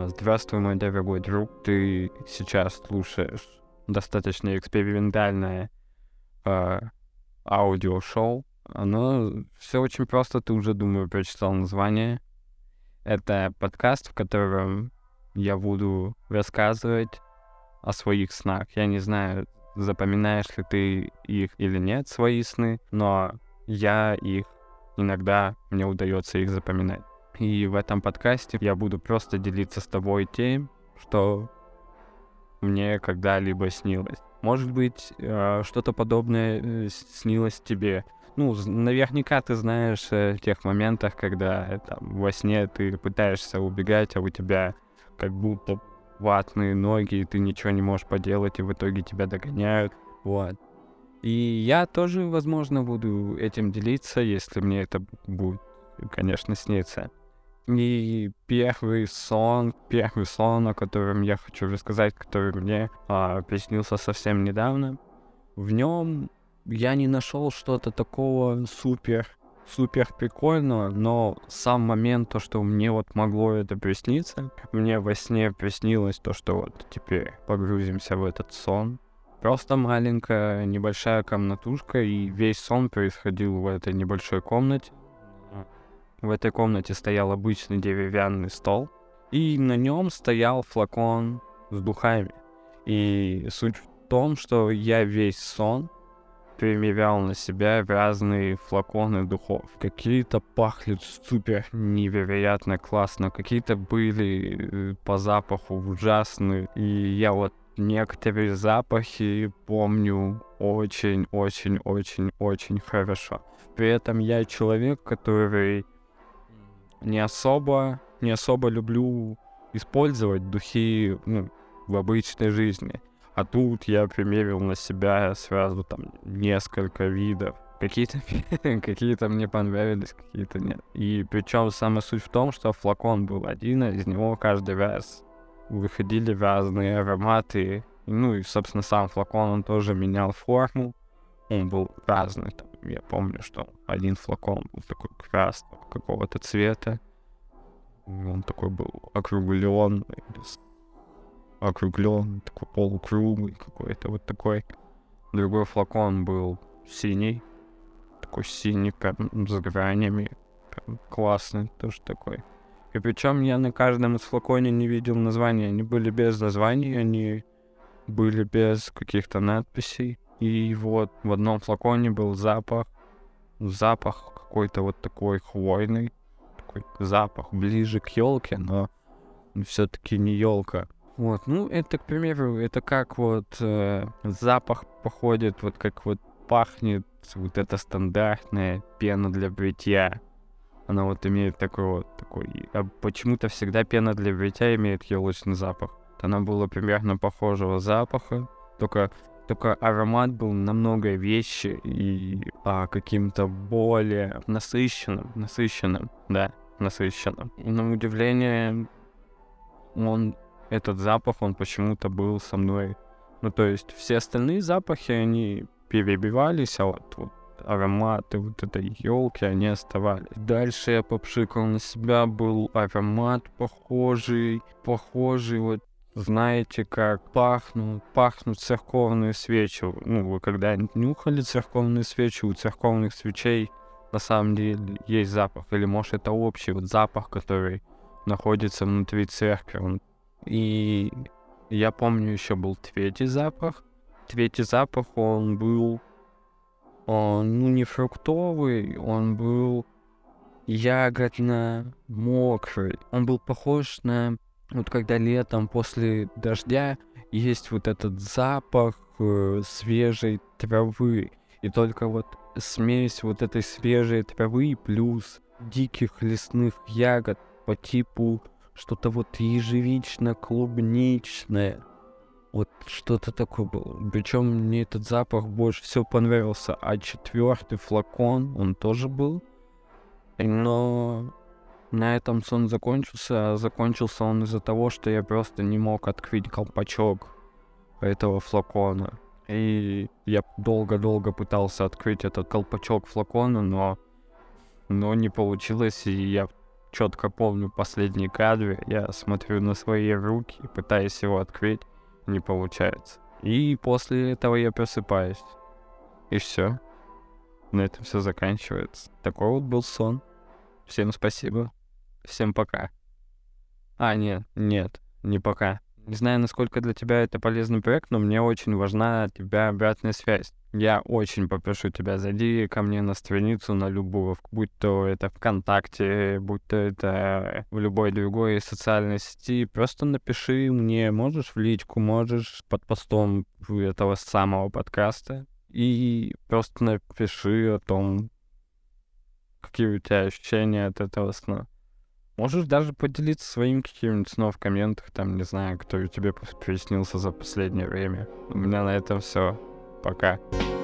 Здравствуй, мой дорогой друг. Ты сейчас слушаешь достаточно экспериментальное аудиошоу. Оно все очень просто, ты уже, думаю, прочитал название. Это подкаст, в котором я буду рассказывать о своих снах. Я не знаю, запоминаешь ли ты их или нет, свои сны, но иногда мне удается их запоминать. И в этом подкасте я буду просто делиться с тобой тем, что мне когда-либо снилось. Может быть, что-то подобное снилось тебе. Наверняка ты знаешь в тех моментах, когда во сне ты пытаешься убегать, а у тебя как будто ватные ноги, и ты ничего не можешь поделать, и в итоге тебя догоняют. Вот. И я тоже, возможно, буду этим делиться, если мне это будет, конечно, сниться. И первый сон, о котором я хочу рассказать, который мне приснился совсем недавно, в нем я не нашел что-то такого супер прикольного, но сам момент, то, что мне вот могло это присниться, мне во сне приснилось то, что вот теперь погрузимся в этот сон. Просто маленькая, небольшая комнатушка, и весь сон происходил в этой небольшой комнате. В этой комнате стоял обычный деревянный стол, и на нем стоял флакон с духами. И суть в том, что я весь сон примерял на себя разные флаконы духов. Какие-то пахли супер невероятно классно, какие-то были по запаху ужасные. И я вот некоторые запахи помню очень хорошо. При этом я человек, который не особо люблю использовать духи в обычной жизни. А тут я примерил на себя сразу несколько видов. Какие-то мне понравились, какие-то нет. И причем самая суть в том, что флакон был один, а из него каждый раз выходили разные ароматы. И, собственно, сам флакон, он тоже менял форму. Он был разный. Я помню, что один флакон был такой красного какого-то цвета. Он такой был округлённый, такой полукруглый какой-то вот такой. Другой флакон был синий, такой синий, прям с гранями, прям классный тоже такой. И причем я на каждом из флаконов не видел названия. Они были без названий, они были без каких-то надписей. И вот в одном флаконе был запах какой-то вот такой хвойный, такой запах ближе к елке, но все-таки не елка. Вот, это, к примеру, это как вот запах походит, вот как вот пахнет вот эта стандартная пена для бритья. Она вот имеет такой. А почему-то всегда пена для бритья имеет елочный запах. Она была примерно похожего запаха, только аромат был намного вещи и каким-то более насыщенным. На удивление, этот запах, он почему-то был со мной. То есть все остальные запахи, они перебивались, а вот ароматы вот этой елки, они оставались. Дальше я попшикал на себя, был аромат похожий, вот. Знаете, как пахнут церковные свечи. Вы когда-нибудь нюхали церковные свечи? У церковных свечей на самом деле есть запах. Или, может, это общий вот запах, который находится внутри церкви. И я помню, еще был третий запах. Он был, не фруктовый, он был ягодно-мокрый. Он был похож на... Вот когда летом после дождя есть вот этот запах свежей травы. И только вот смесь вот этой свежей травы плюс диких лесных ягод по типу что-то вот ежевично-клубничное. Вот что-то такое было. Причем мне этот запах больше всего понравился. А четвертый флакон, он тоже был. Но на этом сон закончился. А закончился он из-за того, что я просто не мог открыть колпачок этого флакона. И я долго пытался открыть этот колпачок флакона, но не получилось. И я четко помню последние кадры, я смотрю на свои руки, пытаюсь его открыть, не получается. И после этого я просыпаюсь. И все. На этом все заканчивается. Такой вот был сон. Всем спасибо. Всем пока. Нет, не пока. Не знаю, насколько для тебя это полезный проект, но мне очень важна от тебя обратная связь. Я очень попрошу тебя, зайди ко мне на страницу, на любую, будь то это ВКонтакте, будь то это в любой другой социальной сети. Просто напиши мне, можешь в личку, можешь под постом этого самого подкаста. И просто напиши о том, какие у тебя ощущения от этого сна. Можешь даже поделиться своим каким-нибудь сном в комментах, там, не знаю, кто тебе приснился за последнее время. У меня на этом все. Пока.